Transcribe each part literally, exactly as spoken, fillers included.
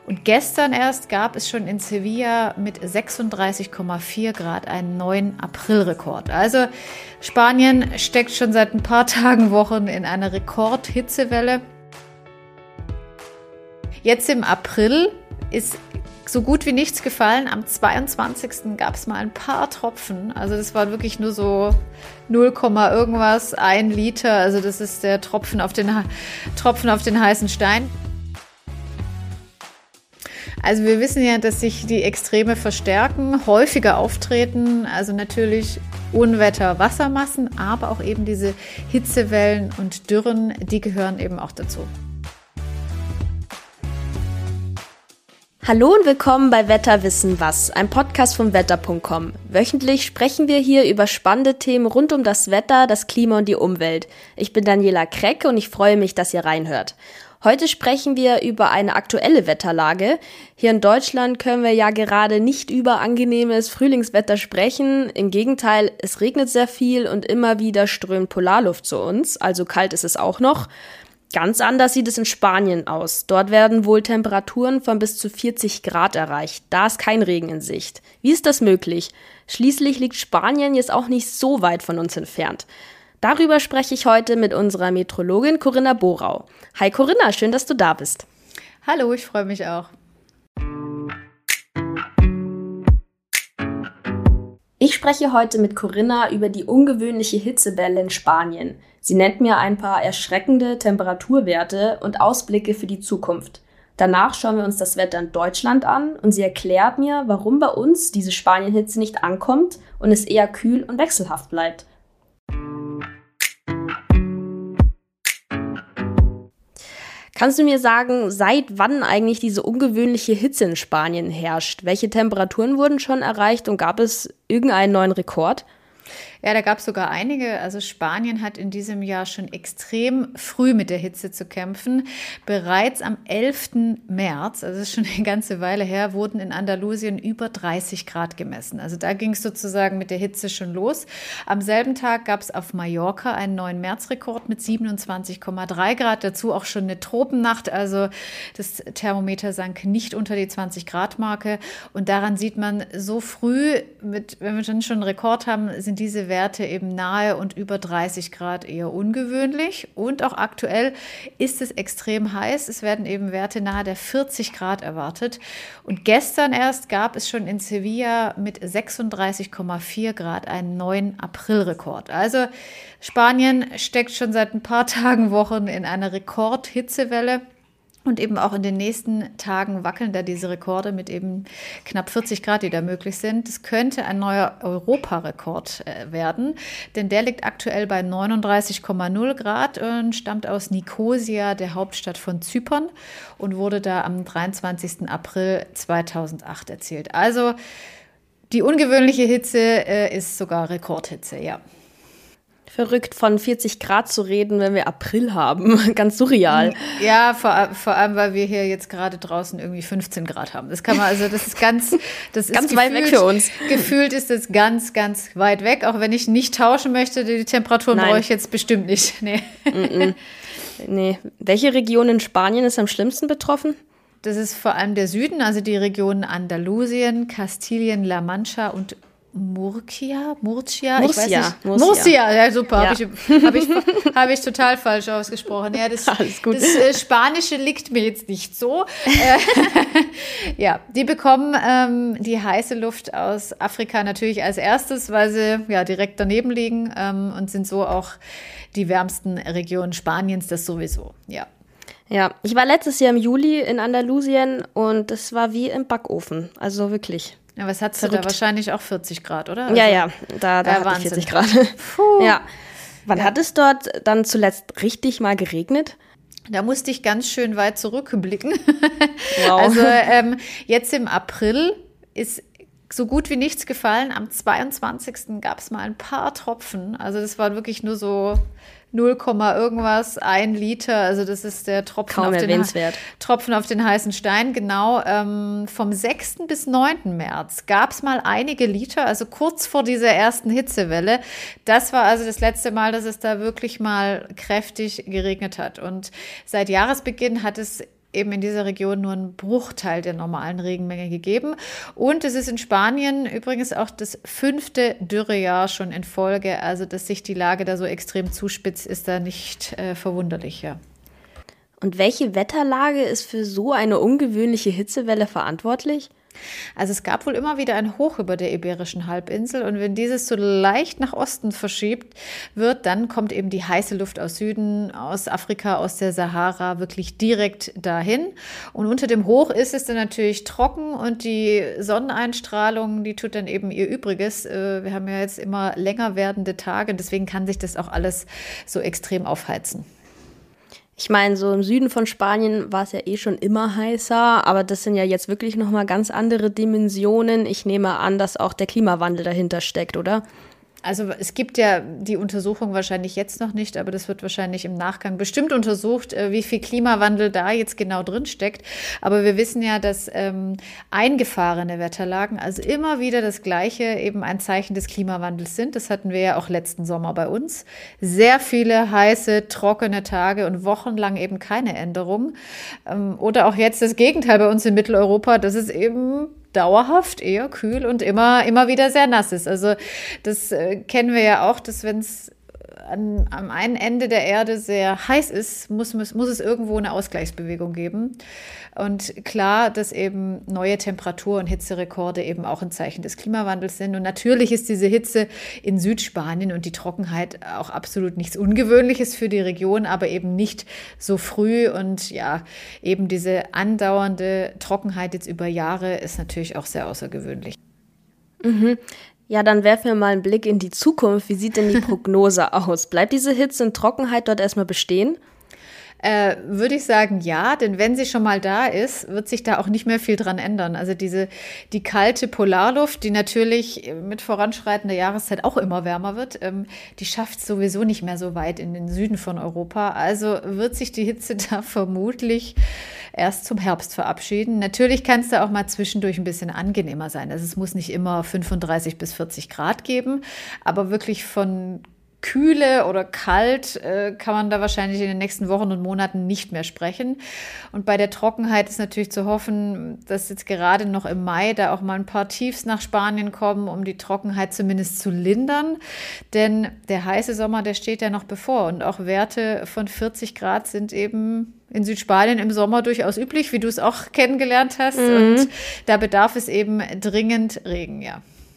Und gestern erst gab es schon in Sevilla mit sechsunddreißig Komma vier Grad einen neuen Aprilrekord. Also Spanien steckt schon seit ein paar Tagen, Wochen in einer Rekordhitzewelle. Jetzt im April ist so gut wie nichts gefallen. Am zweiundzwanzigsten gab es mal ein paar Tropfen. Also das war wirklich nur so null, irgendwas, ein Liter. Also das ist der Tropfen auf den, Tropfen auf den heißen Stein. Also wir wissen ja, dass sich die Extreme verstärken, häufiger auftreten. Also natürlich Unwetter, Wassermassen, aber auch eben diese Hitzewellen und Dürren, die gehören eben auch dazu. Hallo und willkommen bei Wetter wissen was, ein Podcast vom wetter punkt com. Wöchentlich sprechen wir hier über spannende Themen rund um das Wetter, das Klima und die Umwelt. Ich bin Daniela Kreck und ich freue mich, dass ihr reinhört. Heute sprechen wir über eine aktuelle Wetterlage. Hier in Deutschland können wir ja gerade nicht über angenehmes Frühlingswetter sprechen. Im Gegenteil, es regnet sehr viel und immer wieder strömt Polarluft zu uns, also kalt ist es auch noch. Ganz anders sieht es in Spanien aus. Dort werden wohl Temperaturen von bis zu vierzig Grad erreicht. Da ist kein Regen in Sicht. Wie ist das möglich? Schließlich liegt Spanien jetzt auch nicht so weit von uns entfernt. Darüber spreche ich heute mit unserer Meteorologin Corinna Borau. Hi Corinna, schön, dass du da bist. Hallo, ich freue mich auch. Ich spreche heute mit Corinna über die ungewöhnliche Hitzewelle in Spanien. Sie nennt mir ein paar erschreckende Temperaturwerte und Ausblicke für die Zukunft. Danach schauen wir uns das Wetter in Deutschland an und sie erklärt mir, warum bei uns diese Spanienhitze nicht ankommt und es eher kühl und wechselhaft bleibt. Kannst du mir sagen, seit wann eigentlich diese ungewöhnliche Hitze in Spanien herrscht? Welche Temperaturen wurden schon erreicht und gab es irgendeinen neuen Rekord? Ja, da gab es sogar einige. Also Spanien hat in diesem Jahr schon extrem früh mit der Hitze zu kämpfen. Bereits am elften März, also das ist schon eine ganze Weile her, wurden in Andalusien über dreißig Grad gemessen. Also da ging es sozusagen mit der Hitze schon los. Am selben Tag gab es auf Mallorca einen neuen Märzrekord mit siebenundzwanzig Komma drei Grad. Dazu auch schon eine Tropennacht. Also das Thermometer sank nicht unter die zwanzig Grad Marke. Und daran sieht man, so früh, mit, wenn wir schon einen Rekord haben, sind diese Werte eben nahe und über dreißig Grad eher ungewöhnlich. Und auch aktuell ist es extrem heiß. Es werden eben Werte nahe der vierzig Grad erwartet. Und gestern erst gab es schon in Sevilla mit sechsunddreißig Komma vier Grad einen neuen Aprilrekord. Also Spanien steckt schon seit ein paar Tagen, Wochen in einer Rekordhitzewelle. Und eben auch in den nächsten Tagen wackeln da diese Rekorde mit eben knapp vierzig Grad, die da möglich sind. Das könnte ein neuer Europarekord äh, werden, denn der liegt aktuell bei neununddreißig Komma null Grad und stammt aus Nikosia, der Hauptstadt von Zypern, und wurde da am dreiundzwanzigsten April zweitausendacht erzielt. Also die ungewöhnliche Hitze äh, ist sogar Rekordhitze, ja. Verrückt, von vierzig Grad zu reden, wenn wir April haben. Ganz surreal. Ja, vor, vor allem, weil wir hier jetzt gerade draußen irgendwie fünfzehn Grad haben. Das kann man, also das ist ganz, das ist ganz gefühlt, weit weg für uns. Gefühlt ist es ganz, ganz weit weg. Auch wenn ich nicht tauschen möchte, die Temperatur brauche ich jetzt bestimmt nicht. Nee. Mm-mm. Nee. Welche Region in Spanien ist am schlimmsten betroffen? Das ist vor allem der Süden, also die Regionen Andalusien, Kastilien, La Mancha und Murcia? Murcia? Murcia. Ich weiß nicht. Murcia. Murcia, ja super, Ja. habe ich, hab ich, hab ich total falsch ausgesprochen. Ja, das, Alles gut. das äh, Spanische liegt mir jetzt nicht so. Äh, ja, die bekommen ähm, die heiße Luft aus Afrika natürlich als erstes, weil sie ja direkt daneben liegen ähm, und sind so auch die wärmsten Regionen Spaniens, das sowieso, ja. Ja, ich war letztes Jahr im Juli in Andalusien und das war wie im Backofen, also wirklich. Ja, was hattest Verrückt. du da? Wahrscheinlich auch vierzig Grad, oder? Also, ja, ja, da, da ja, hatte Wahnsinn. ich vierzig Grad. Puh. Ja. Wann Ja. hat es dort dann zuletzt richtig mal geregnet? Da musste ich ganz schön weit zurückblicken. Wow. Also ähm, jetzt im April ist so gut wie nichts gefallen. Am zweiundzwanzigsten gab es mal ein paar Tropfen. Also das war wirklich nur so null, irgendwas, ein Liter. Also das ist der Tropfen, Kaum auf den, erwähnenswert. Tropfen auf den heißen Stein. Genau, ähm, vom sechsten bis neunten März gab es mal einige Liter, also kurz vor dieser ersten Hitzewelle. Das war also das letzte Mal, dass es da wirklich mal kräftig geregnet hat. Und seit Jahresbeginn hat es eben in dieser Region nur ein Bruchteil der normalen Regenmenge gegeben. Und es ist in Spanien übrigens auch das fünfte Dürrejahr schon in Folge. Also, dass sich die Lage da so extrem zuspitzt, ist da nicht äh, verwunderlich, ja. Und welche Wetterlage ist für so eine ungewöhnliche Hitzewelle verantwortlich? Also es gab wohl immer wieder ein Hoch über der Iberischen Halbinsel und wenn dieses so leicht nach Osten verschiebt wird, dann kommt eben die heiße Luft aus Süden, aus Afrika, aus der Sahara wirklich direkt dahin. Und unter dem Hoch ist es dann natürlich trocken und die Sonneneinstrahlung, die tut dann eben ihr Übriges. Wir haben ja jetzt immer länger werdende Tage, deswegen kann sich das auch alles so extrem aufheizen. Ich meine, so im Süden von Spanien war es ja eh schon immer heißer, aber das sind ja jetzt wirklich nochmal ganz andere Dimensionen. Ich nehme an, dass auch der Klimawandel dahinter steckt, oder? Also es gibt ja die Untersuchung wahrscheinlich jetzt noch nicht, aber das wird wahrscheinlich im Nachgang bestimmt untersucht, wie viel Klimawandel da jetzt genau drin steckt. Aber wir wissen ja, dass ähm, eingefahrene Wetterlagen, also immer wieder das Gleiche, eben ein Zeichen des Klimawandels sind. Das hatten wir ja auch letzten Sommer bei uns. Sehr viele heiße, trockene Tage und wochenlang eben keine Änderung. Ähm, oder auch jetzt das Gegenteil bei uns in Mitteleuropa, das ist eben dauerhaft eher kühl und immer, immer wieder sehr nass ist. Also das äh, kennen wir ja auch, dass wenn es an, am einen Ende der Erde sehr heiß ist, muss, muss, muss es irgendwo eine Ausgleichsbewegung geben. Und klar, dass eben neue Temperatur- und Hitzerekorde eben auch ein Zeichen des Klimawandels sind. Und natürlich ist diese Hitze in Südspanien und die Trockenheit auch absolut nichts Ungewöhnliches für die Region, aber eben nicht so früh. Und ja, eben diese andauernde Trockenheit jetzt über Jahre ist natürlich auch sehr außergewöhnlich. Mhm. Ja, dann werfen wir mal einen Blick in die Zukunft. Wie sieht denn die Prognose aus? Bleibt diese Hitze und Trockenheit dort erstmal bestehen? Äh, würde ich sagen, ja, denn wenn sie schon mal da ist, wird sich da auch nicht mehr viel dran ändern. Also diese, die kalte Polarluft, die natürlich mit voranschreitender Jahreszeit auch immer wärmer wird, ähm, die schafft es sowieso nicht mehr so weit in den Süden von Europa. Also wird sich die Hitze da vermutlich erst zum Herbst verabschieden. Natürlich kann es da auch mal zwischendurch ein bisschen angenehmer sein. Also es muss nicht immer fünfunddreißig bis vierzig Grad geben, aber wirklich von Kühle oder kalt äh, kann man da wahrscheinlich in den nächsten Wochen und Monaten nicht mehr sprechen. Und bei der Trockenheit ist natürlich zu hoffen, dass jetzt gerade noch im Mai da auch mal ein paar Tiefs nach Spanien kommen, um die Trockenheit zumindest zu lindern. Denn der heiße Sommer, der steht ja noch bevor. Und auch Werte von vierzig Grad sind eben in Südspanien im Sommer durchaus üblich, wie du es auch kennengelernt hast. Mhm. Und da bedarf es eben dringend Regen, ja.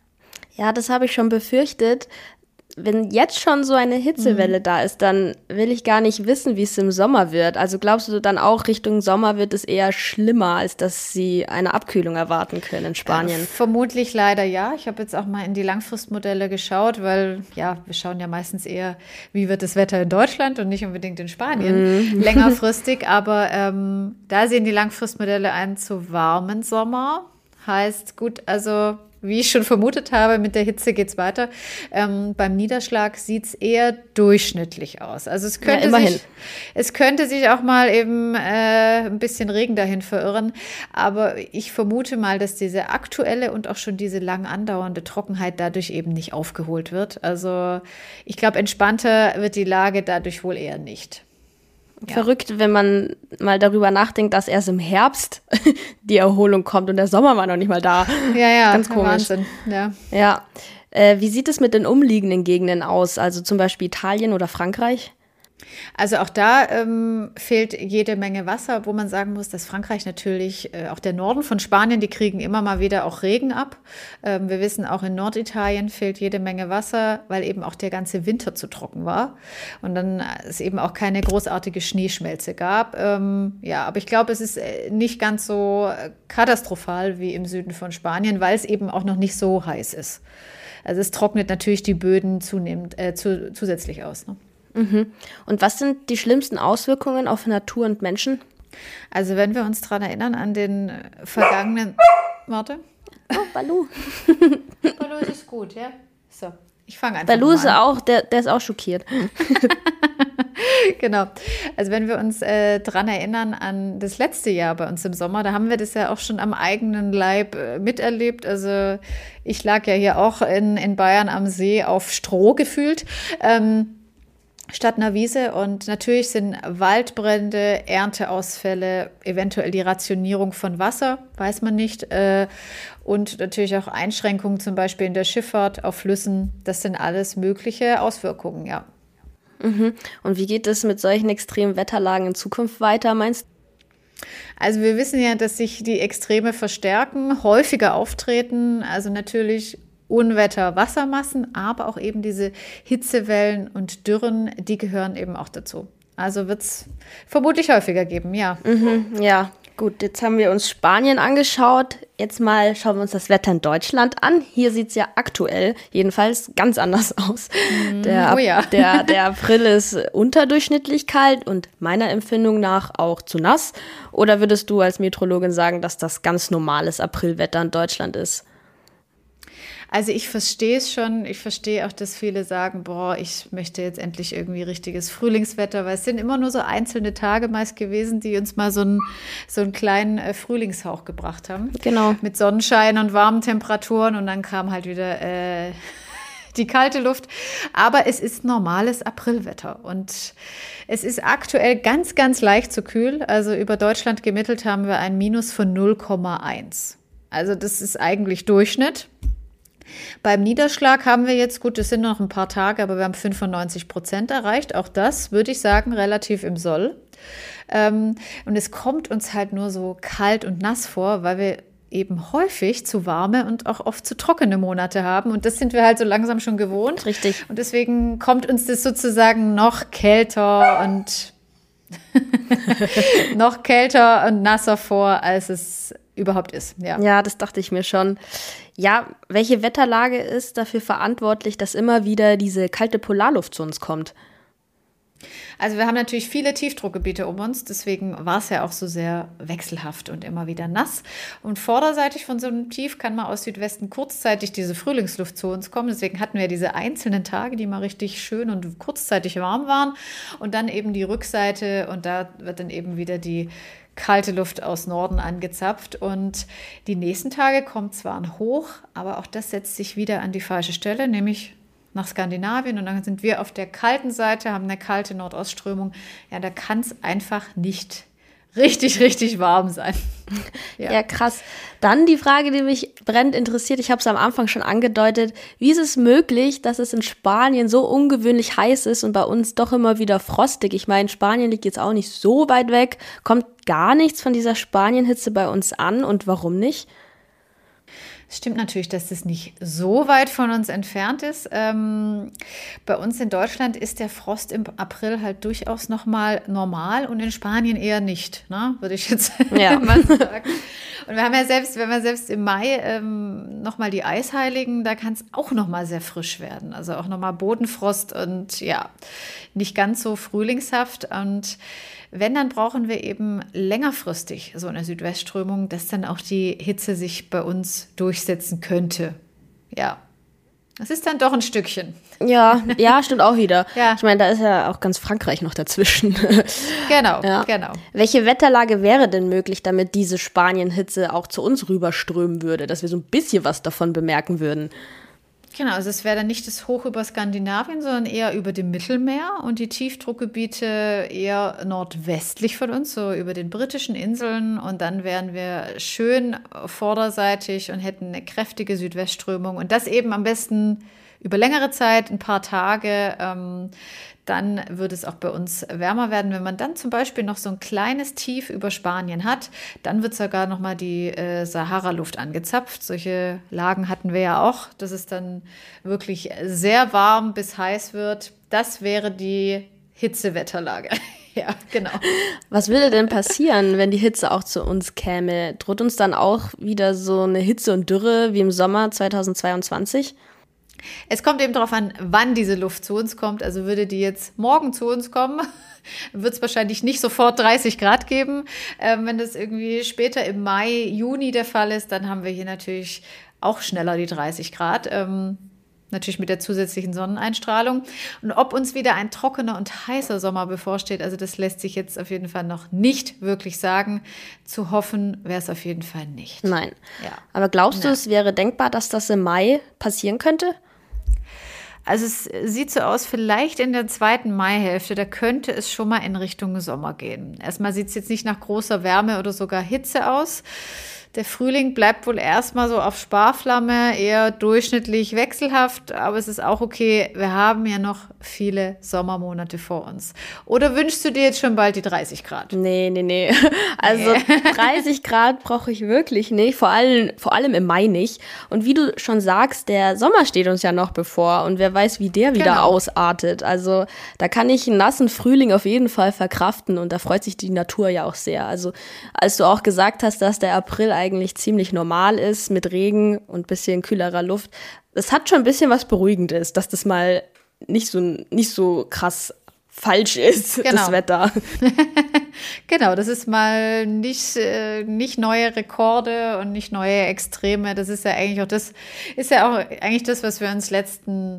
Ja, das habe ich schon befürchtet. Wenn jetzt schon so eine Hitzewelle mhm. da ist, dann will ich gar nicht wissen, wie es im Sommer wird. Also glaubst du dann auch, Richtung Sommer wird es eher schlimmer, als dass sie eine Abkühlung erwarten können in Spanien? Äh, vermutlich leider ja. Ich habe jetzt auch mal in die Langfristmodelle geschaut, weil ja, wir schauen ja meistens eher, wie wird das Wetter in Deutschland und nicht unbedingt in Spanien, mhm. längerfristig. Aber ähm, da sehen die Langfristmodelle einen zu warmen Sommer. Heißt gut, also wie ich schon vermutet habe, mit der Hitze geht's weiter. Ähm, beim Niederschlag sieht's eher durchschnittlich aus. Also es könnte, ja, sich, es könnte sich auch mal eben äh, ein bisschen Regen dahin verirren. Aber ich vermute mal, dass diese aktuelle und auch schon diese lang andauernde Trockenheit dadurch eben nicht aufgeholt wird. Also ich glaube, entspannter wird die Lage dadurch wohl eher nicht. Ja. Verrückt, wenn man mal darüber nachdenkt, dass erst im Herbst die Erholung kommt und der Sommer war noch nicht mal da. Ja, ja, ganz komisch. Wahnsinn. Ja. Ja. Äh, wie sieht es mit den umliegenden Gegenden aus? Also zum Beispiel Italien oder Frankreich? Also auch da ähm, fehlt jede Menge Wasser, wo man sagen muss, dass Frankreich natürlich, äh, auch der Norden von Spanien, die kriegen immer mal wieder auch Regen ab. Ähm, wir wissen, auch in Norditalien fehlt jede Menge Wasser, weil eben auch der ganze Winter zu trocken war und dann es eben auch keine großartige Schneeschmelze gab. Ähm, ja, aber ich glaube, es ist nicht ganz so katastrophal wie im Süden von Spanien, weil es eben auch noch nicht so heiß ist. Also es trocknet natürlich die Böden zunehmend, äh, zu, zusätzlich aus, ne? Mhm. Und was sind die schlimmsten Auswirkungen auf Natur und Menschen? Also wenn wir uns daran erinnern, an den vergangenen... Warte. Oh, Balu. Balu ist gut, ja? So, ich fange einfach Balu mal an. ist auch, der, der ist auch schockiert. Genau. Also wenn wir uns äh, dran erinnern an das letzte Jahr bei uns im Sommer, da haben wir das ja auch schon am eigenen Leib äh, miterlebt. Also ich lag ja hier auch in, in Bayern am See auf Stroh gefühlt. Ähm, statt einer Wiese. Und natürlich sind Waldbrände, Ernteausfälle, eventuell die Rationierung von Wasser, weiß man nicht. Äh, und natürlich auch Einschränkungen zum Beispiel in der Schifffahrt auf Flüssen. Das sind alles mögliche Auswirkungen, ja. Mhm. Und wie geht es mit solchen extremen Wetterlagen in Zukunft weiter, meinst du? Also wir wissen ja, dass sich die Extreme verstärken, häufiger auftreten. Also natürlich Unwetter, Wassermassen, aber auch eben diese Hitzewellen und Dürren, die gehören eben auch dazu. Also wird es vermutlich häufiger geben, ja. Mhm, ja, gut, jetzt haben wir uns Spanien angeschaut. Jetzt mal schauen wir uns das Wetter in Deutschland an. Hier sieht es ja aktuell jedenfalls ganz anders aus. Mm, der, oh ja. der, der April ist unterdurchschnittlich kalt und meiner Empfindung nach auch zu nass. Oder würdest du als Meteorologin sagen, dass das ganz normales Aprilwetter in Deutschland ist? Also ich verstehe es schon. Ich verstehe auch, dass viele sagen, boah, ich möchte jetzt endlich irgendwie richtiges Frühlingswetter, weil es sind immer nur so einzelne Tage meist gewesen, die uns mal so einen, so einen kleinen äh, Frühlingshauch gebracht haben. Genau. Mit Sonnenschein und warmen Temperaturen und dann kam halt wieder äh, die kalte Luft. Aber es ist normales Aprilwetter und es ist aktuell ganz, ganz leicht zu kühl. Also über Deutschland gemittelt haben wir ein Minus von null Komma eins. Also das ist eigentlich Durchschnitt. Beim Niederschlag haben wir jetzt, gut, das sind noch ein paar Tage, aber wir haben fünfundneunzig Prozent erreicht. Auch das, würde ich sagen, relativ im Soll. Ähm, und es kommt uns halt nur so kalt und nass vor, weil wir eben häufig zu warme und auch oft zu trockene Monate haben. Und das sind wir halt so langsam schon gewohnt. Richtig. Und deswegen kommt uns das sozusagen noch kälter und noch kälter und nasser vor, als es überhaupt ist. Ja. ja, das dachte ich mir schon. Ja, welche Wetterlage ist dafür verantwortlich, dass immer wieder diese kalte Polarluft zu uns kommt? Also wir haben natürlich viele Tiefdruckgebiete um uns, deswegen war es ja auch so sehr wechselhaft und immer wieder nass. Und vorderseitig von so einem Tief kann mal aus Südwesten kurzzeitig diese Frühlingsluft zu uns kommen. Deswegen hatten wir diese einzelnen Tage, die mal richtig schön und kurzzeitig warm waren. Und dann eben die Rückseite und da wird dann eben wieder die kalte Luft aus Norden angezapft und die nächsten Tage kommt zwar ein Hoch, aber auch das setzt sich wieder an die falsche Stelle, nämlich nach Skandinavien und dann sind wir auf der kalten Seite, haben eine kalte Nordostströmung. Ja, da kann es einfach nicht richtig, richtig warm sein. Ja. ja, krass. Dann die Frage, die mich brennend interessiert, ich habe es am Anfang schon angedeutet, wie ist es möglich, dass es in Spanien so ungewöhnlich heiß ist und bei uns doch immer wieder frostig? Ich meine, Spanien liegt jetzt auch nicht so weit weg, kommt gar nichts von dieser Spanienhitze bei uns an und warum nicht? Es stimmt natürlich, dass das nicht so weit von uns entfernt ist. Ähm, bei uns in Deutschland ist der Frost im April halt durchaus nochmal normal und in Spanien eher nicht, ne? Würde ich jetzt ja. mal sagen. Und wir haben ja selbst, wenn wir selbst im Mai ähm, nochmal die Eisheiligen, da kann es auch nochmal sehr frisch werden. Also auch nochmal Bodenfrost und ja, nicht ganz so frühlingshaft. Und wenn, dann brauchen wir eben längerfristig so eine Südwestströmung, dass dann auch die Hitze sich bei uns durchsetzen könnte. Ja, das ist dann doch ein Stückchen. Ja, ja, stimmt auch wieder. Ja. Ich meine, da ist ja auch ganz Frankreich noch dazwischen. Genau, ja. genau. Welche Wetterlage wäre denn möglich, damit diese Spanienhitze auch zu uns rüberströmen würde, dass wir so ein bisschen was davon bemerken würden? Genau, also es wäre dann nicht das Hoch über Skandinavien, sondern eher über dem Mittelmeer und die Tiefdruckgebiete eher nordwestlich von uns, so über den britischen Inseln. Und dann wären wir schön vorderseitig und hätten eine kräftige Südwestströmung. Und das eben am besten über längere Zeit, ein paar Tage. Ähm, dann würde es auch bei uns wärmer werden. Wenn man dann zum Beispiel noch so ein kleines Tief über Spanien hat, dann wird sogar noch mal die äh, Sahara-Luft angezapft. Solche Lagen hatten wir ja auch, dass es dann wirklich sehr warm bis heiß wird. Das wäre die Hitzewetterlage. Ja, genau. Was würde denn passieren, wenn die Hitze auch zu uns käme? Droht uns dann auch wieder so eine Hitze und Dürre wie im Sommer zweitausendzweiundzwanzig? Es kommt eben darauf an, wann diese Luft zu uns kommt. Also würde die jetzt morgen zu uns kommen, wird es wahrscheinlich nicht sofort dreißig Grad geben. Ähm, wenn das irgendwie später im Mai, Juni der Fall ist, dann haben wir hier natürlich auch schneller die dreißig Grad. Ähm, natürlich mit der zusätzlichen Sonneneinstrahlung. Und ob uns wieder ein trockener und heißer Sommer bevorsteht, also das lässt sich jetzt auf jeden Fall noch nicht wirklich sagen. Zu hoffen wäre es auf jeden Fall nicht. Nein. Ja. Aber glaubst du, Na. es wäre denkbar, dass das im Mai passieren könnte? Also es sieht so aus, vielleicht in der zweiten Maihälfte, da könnte es schon mal in Richtung Sommer gehen. Erstmal sieht es jetzt nicht nach großer Wärme oder sogar Hitze aus. Der Frühling bleibt wohl erstmal so auf Sparflamme, eher durchschnittlich wechselhaft, aber es ist auch okay, wir haben ja noch viele Sommermonate vor uns. Oder wünschst du dir jetzt schon bald die dreißig Grad? Nee, nee, nee. Also nee. dreißig Grad brauche ich wirklich nicht, vor allem, vor allem im Mai nicht. Und wie du schon sagst, der Sommer steht uns ja noch bevor und wer weiß, wie der wieder genau. ausartet. Also da kann ich einen nassen Frühling auf jeden Fall verkraften und da freut sich die Natur ja auch sehr. Also als du auch gesagt hast, dass der April eigentlich ziemlich normal ist mit Regen und bisschen kühlerer Luft. Es hat schon ein bisschen was Beruhigendes, dass das mal nicht so, nicht so krass falsch ist, genau. das Wetter. Genau, das ist mal nicht, äh, nicht neue Rekorde und nicht neue Extreme. Das ist ja eigentlich auch das, ist ja auch eigentlich das, was wir uns letzten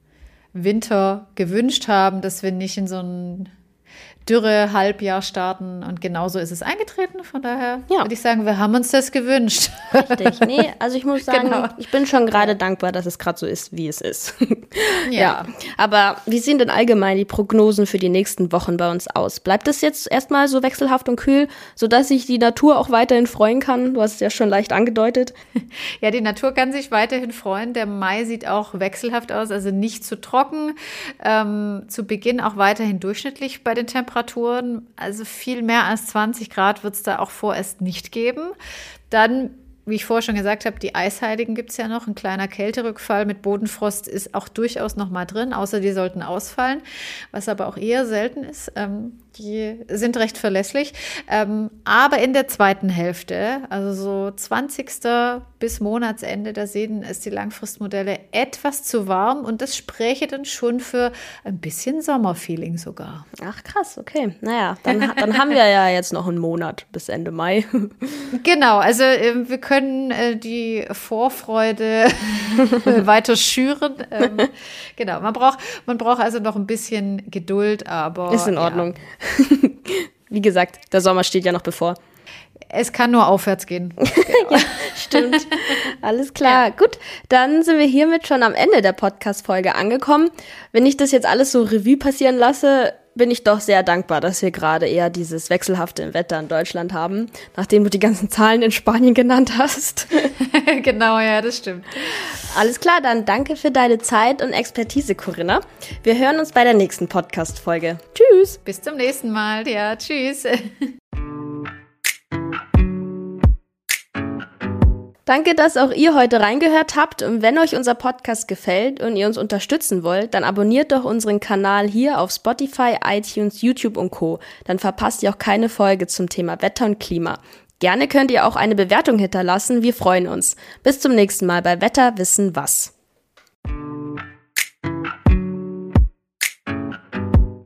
Winter gewünscht haben, dass wir nicht in so ein dürre Halbjahr starten und genauso ist es eingetreten. Von daher ja. würde ich sagen, wir haben uns das gewünscht. Richtig, nee, also ich muss sagen, genau. ich bin schon gerade dankbar, dass es gerade so ist, wie es ist. Ja. ja, aber wie sehen denn allgemein die Prognosen für die nächsten Wochen bei uns aus? Bleibt es jetzt erstmal so wechselhaft und kühl, sodass sich die Natur auch weiterhin freuen kann? Du hast es ja schon leicht angedeutet. Ja, die Natur kann sich weiterhin freuen. Der Mai sieht auch wechselhaft aus, also nicht zu trocken. Ähm, zu Beginn auch weiterhin durchschnittlich bei den Temperaturen. Also viel mehr als zwanzig Grad wird es da auch vorerst nicht geben. Dann, wie ich vorher schon gesagt habe, die Eisheiligen gibt es ja noch. Ein kleiner Kälterückfall mit Bodenfrost ist auch durchaus noch mal drin, außer die sollten ausfallen, was aber auch eher selten ist. Ähm, die sind recht verlässlich. Ähm, aber in der zweiten Hälfte, also so zwanzigsten bis Monatsende, da sehen es die Langfristmodelle etwas zu warm und das spräche dann schon für ein bisschen Sommerfeeling sogar. Ach krass, okay. Naja, dann, dann haben wir ja jetzt noch einen Monat bis Ende Mai. Genau, also äh, wir können äh, die Vorfreude weiter schüren. Ähm, genau, man braucht, man braucht also noch ein bisschen Geduld, aber ist in Ordnung. Ja. Wie gesagt, der Sommer steht ja noch bevor. Es kann nur aufwärts gehen. Genau. Ja, stimmt. Alles klar. Ja. Gut, dann sind wir hiermit schon am Ende der Podcast-Folge angekommen. Wenn ich das jetzt alles so Revue passieren lasse, bin ich doch sehr dankbar, dass wir gerade eher dieses wechselhafte Wetter in Deutschland haben, nachdem du die ganzen Zahlen in Spanien genannt hast. Genau, ja, das stimmt. Alles klar, dann danke für deine Zeit und Expertise, Corinna. Wir hören uns bei der nächsten Podcast-Folge. Tschüss. Bis zum nächsten Mal. Ja, tschüss. Danke, dass auch ihr heute reingehört habt und wenn euch unser Podcast gefällt und ihr uns unterstützen wollt, dann abonniert doch unseren Kanal hier auf Spotify, iTunes, YouTube und Co. Dann verpasst ihr auch keine Folge zum Thema Wetter und Klima. Gerne könnt ihr auch eine Bewertung hinterlassen, wir freuen uns. Bis zum nächsten Mal bei Wetter wissen was.